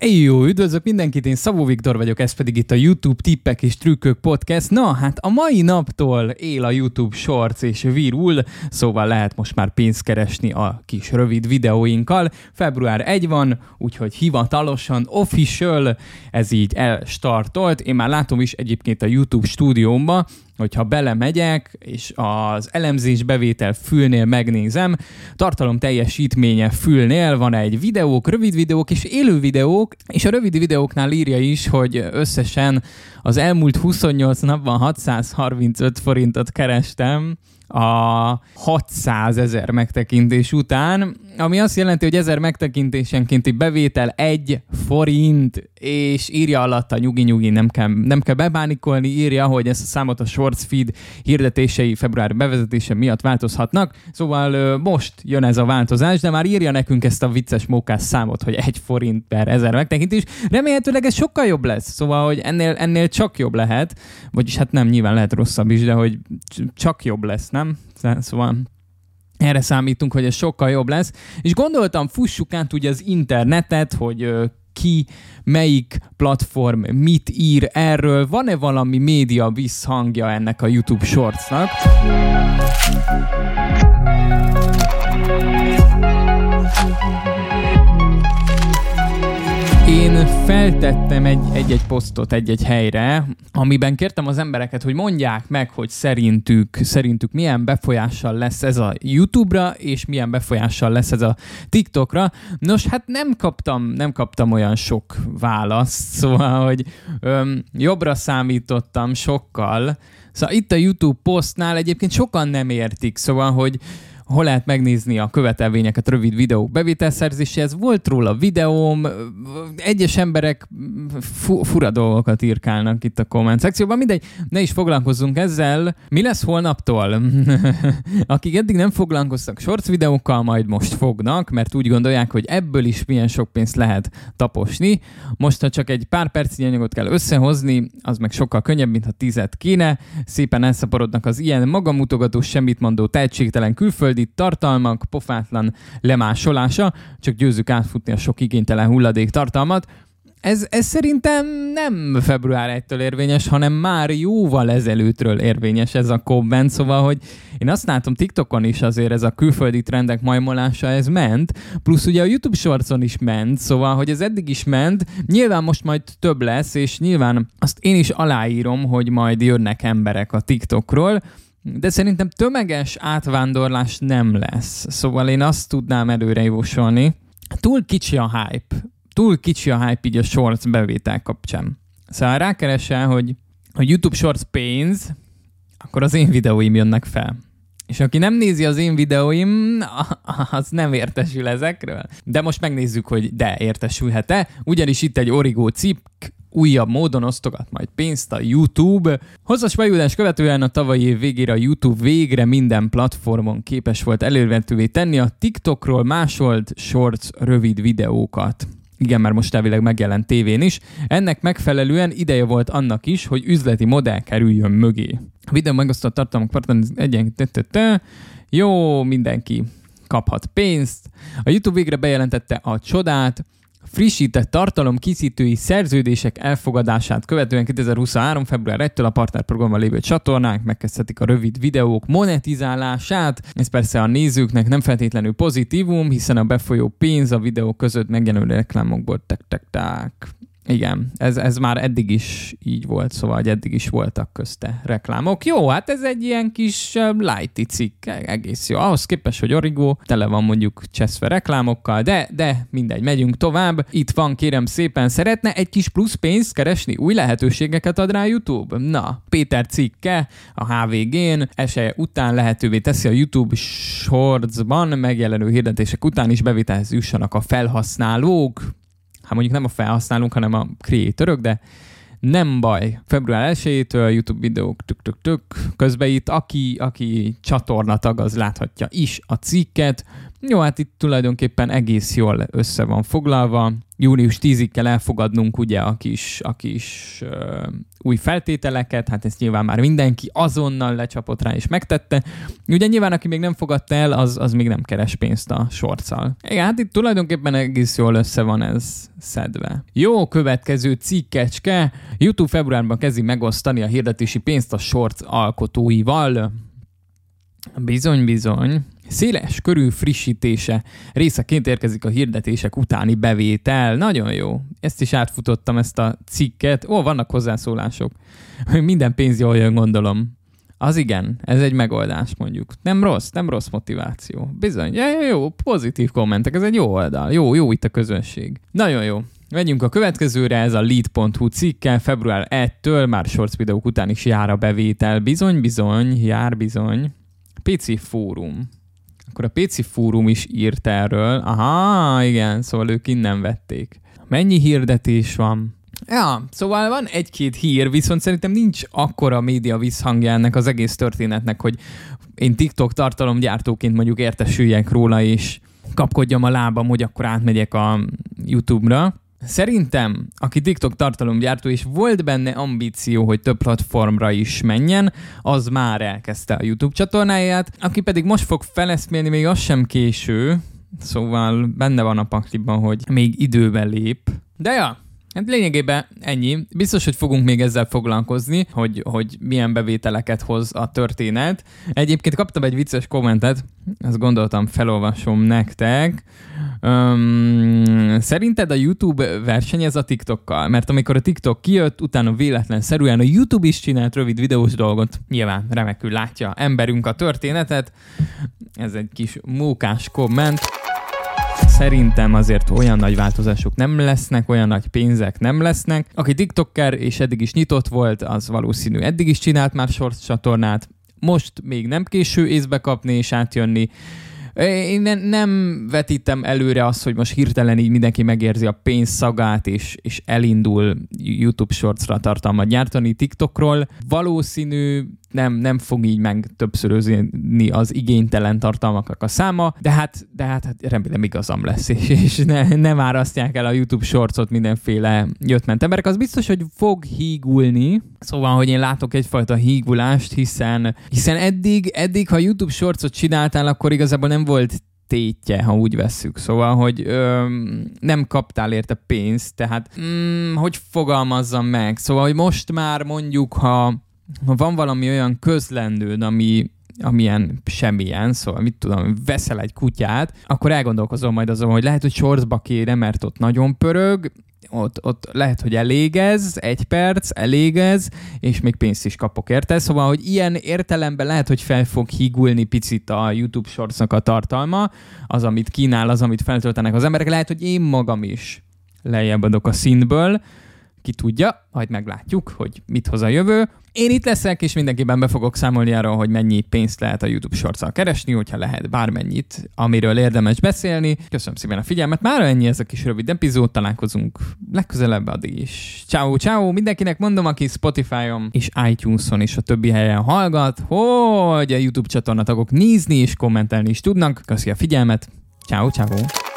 Jó, üdvözlök mindenkit, én Szabó Viktor vagyok, ez pedig itt a YouTube Tippek és Trükkök Podcast. Na, hát a mai naptól él a YouTube Shorts és virul, szóval lehet most már pénzt keresni a kis rövid videóinkkal. Február 1 van, úgyhogy hivatalosan, official, ez így elstartolt. Én már látom is egyébként a YouTube stúdiómba, hogyha belemegyek, és az elemzés bevétel fülnél megnézem, tartalom teljesítménye fülnél van egy videók, rövid videók és élő videók, és a rövid videóknál írja is, hogy összesen az elmúlt 28 napban 635 forintot kerestem a 600 000 megtekintés után, ami azt jelenti, hogy 1000 megtekintésenkénti bevétel 1 forint, és írja alatta nyugi, nem kell bebánikolni, írja, hogy ezt a számot a Shorts feed hirdetései február bevezetése miatt változhatnak, szóval most jön ez a változás, de már írja nekünk ezt a vicces mókás számot, hogy 1 forint per 1000 megtekintés. Remélhetőleg ez sokkal jobb lesz, szóval, hogy ennél csak jobb lehet, vagyis hát nem, nyilván lehet rosszabb is, de hogy csak jobb lesz, nem? Szóval erre számítunk, hogy ez sokkal jobb lesz. És gondoltam, fussuk át ugye az internetet, hogy ki, melyik platform mit ír erről. Van-e valami média visszhangja ennek a YouTube Shortsnak? Én feltettem egy posztot egy helyre, amiben kértem az embereket, hogy mondják meg, hogy szerintük milyen befolyással lesz ez a YouTube-ra, és milyen befolyással lesz ez a TikTokra. Nos, hát nem kaptam olyan sok választ, szóval, hogy jobbra számítottam sokkal. Szóval itt a YouTube posztnál egyébként sokan nem értik, szóval, hogy hol lehet megnézni a követelményeket rövid videók bevételszerzéséhez. Volt róla videóm, egyes emberek fura dolgokat írkálnak itt a komment szekcióban. Mindegy, ne is foglalkozzunk ezzel. Mi lesz holnaptól? Akik eddig nem foglalkoztak shorts videókkal, majd most fognak, mert úgy gondolják, hogy ebből is milyen sok pénzt lehet taposni. Most, ha csak egy pár percnyi anyagot kell összehozni, az meg sokkal könnyebb, mint ha 10 kéne. Szépen elszaporodnak az ilyen magamutogató, semmitmondó, tehetségtelen külföldi tartalmak, pofátlan lemásolása, csak győzzük átfutni a sok igénytelen hulladék tartalmat. Ez szerintem nem február 1-től érvényes, hanem már jóval ezelőttről érvényes ez a komment, szóval, hogy én azt látom TikTokon is azért ez a külföldi trendek majmolása, ez ment, plusz ugye a YouTube Shortson is ment, szóval, hogy ez eddig is ment, nyilván most majd több lesz, és nyilván azt én is aláírom, hogy majd jönnek emberek a TikTokról, de szerintem tömeges átvándorlás nem lesz. Szóval én azt tudnám előre jósolni. Túl kicsi a hype így a Shorts bevétel kapcsán. Szóval rákeresel, hogy YouTube Shorts pénz, akkor az én videóim jönnek fel. És aki nem nézi az én videóim, az nem értesül ezekről. De most megnézzük, hogy de értesülhet-e. Ugyanis itt egy Origo cikk, újabb módon osztogat majd pénzt a YouTube. Hosszas fejlődés követően a tavalyi év végére a YouTube végre minden platformon képes volt elérhetővé tenni a TikTokról másolt shorts rövid videókat. Igen, már most elvileg megjelent tévén is. Ennek megfelelően ideje volt annak is, hogy üzleti modell kerüljön mögé. A videó megosztott tartalmak jó, mindenki kaphat pénzt. A YouTube végre bejelentette a csodát, frissített tartalomkészítői szerződések elfogadását követően 2023. február 1-től a partnerprogramban lévő csatornák megkezdhetik a rövid videók monetizálását. Ez persze a nézőknek nem feltétlenül pozitívum, hiszen a befolyó pénz a videók között megjelenő reklámokból Igen, ez már eddig is így volt, szóval hogy eddig is voltak közte reklámok. Jó, hát ez egy ilyen kis lighty cikk, egész jó. Ahhoz képest, hogy Origo tele van mondjuk cseszve reklámokkal, de mindegy, megyünk tovább. Itt van, kérem szépen, szeretne egy kis plusz pénzt keresni? Új lehetőségeket ad rá YouTube? Na, Péter cikke a HVG-n eseje után lehetővé teszi a YouTube Shortsban megjelenő hirdetések után is bevételhez jussanak a felhasználók. Hát mondjuk nem a felhasználók, hanem a creatorok, de nem baj. Február 1-től YouTube videók közben itt, aki csatornatag, az láthatja is a cikket. Jó, hát itt tulajdonképpen egész jól össze van foglalva. Június 10-ig kell elfogadnunk ugye a kis új feltételeket, hát ezt nyilván már mindenki azonnal lecsapott rá és megtette. Ugye nyilván, aki még nem fogadta el, az még nem keres pénzt a shortszal. Igen, hát itt tulajdonképpen egész jól össze van ez szedve. Jó, következő cikkecske. YouTube februárban kezdi megosztani a hirdetési pénzt a shorts alkotóival. Bizony. Széles körű frissítése részeként érkezik a hirdetések utáni bevétel. Nagyon jó. Ezt is átfutottam, ezt a cikket. Vannak hozzászólások. Minden pénz jól jön, gondolom. Az igen, ez egy megoldás mondjuk. Nem rossz motiváció. Bizony, jó, pozitív kommentek, ez egy jó oldal. Jó itt a közönség. Nagyon jó. Megyünk a következőre, ez a lead.hu cikke, február 1-től már shorts videók után is jár a bevétel. Bizony. PC Fórum. Akkor a PC Fórum is írt erről. Aha, igen, szóval ők innen vették. Mennyi hirdetés van? Ja, szóval van egy-két hír, viszont szerintem nincs akkora média visszhangja ennek az egész történetnek, hogy én TikTok tartalomgyártóként mondjuk értesüljek róla, és kapkodjam a lábam, hogy akkor átmegyek a YouTube-ra. Szerintem, aki TikTok tartalomgyártó, és volt benne ambíció, hogy több platformra is menjen, az már elkezdte a YouTube csatornáját. Aki pedig most fog feleszmélni, még az sem késő, szóval benne van a pakliban, hogy még időben lép. De ja, hát lényegében ennyi. Biztos, hogy fogunk még ezzel foglalkozni, hogy milyen bevételeket hoz a történet. Egyébként kaptam egy vicces kommentet, azt gondoltam felolvasom nektek. Szerinted a YouTube versenyez a TikTokkal? Mert amikor a TikTok kijött, utána véletlenszerűen a YouTube is csinált rövid videós dolgot. Nyilván remekül látja emberünk a történetet. Ez egy kis mókás komment. Szerintem azért olyan nagy változások nem lesznek, olyan nagy pénzek nem lesznek. Aki TikToker és eddig is nyitott volt, az valószínű eddig is csinált már shorts csatornát. Most még nem késő észbe kapni és átjönni. Én nem vetítem előre azt, hogy most hirtelen így mindenki megérzi a pénz szagát, és elindul YouTube Shortsra tartalmat gyártani TikTokról. Valószínű nem fog így meg többszörözni az igénytelen tartalmaknak a száma, de hát remélem igazam lesz, és nem árasztják el a YouTube Shortsot mindenféle jött-ment emberek. Az biztos, hogy fog hígulni, szóval, hogy én látok egyfajta hígulást, hiszen eddig, ha YouTube Shortsot csináltál, akkor igazából nem volt tétje, ha úgy vesszük. Szóval, hogy nem kaptál érte pénzt, tehát hogy fogalmazzam meg? Szóval, hogy most már mondjuk, ha van valami olyan közlendőd, amilyen semmilyen, szóval mit tudom, veszel egy kutyát, akkor elgondolkozom majd azon, hogy lehet, hogy shortsba kéne, mert ott nagyon pörög, ott lehet, hogy elégez, 1 perc, elégez, és még pénzt is kapok érte. Szóval, hogy ilyen értelemben lehet, hogy fel fog hígulni picit a YouTube Shortsnak a tartalma, az, amit kínál, az, amit feltöltenek az emberek. Lehet, hogy én magam is lejjebb adok a szintből, ki tudja, majd meglátjuk, hogy mit hoz a jövő. Én itt leszek, és mindenképpen be fogok számolni arról, hogy mennyi pénzt lehet a YouTube Shorts-al keresni, hogyha lehet bármennyit, amiről érdemes beszélni. Köszönöm szépen a figyelmet, mára ennyi ez a kis rövid epizód, találkozunk legközelebb, addig is. Ciao, mindenkinek mondom, aki Spotify-on és iTunes-on és a többi helyen hallgat, hogy a YouTube csatornatagok nézni és kommentelni is tudnak. Köszi a figyelmet, ciao.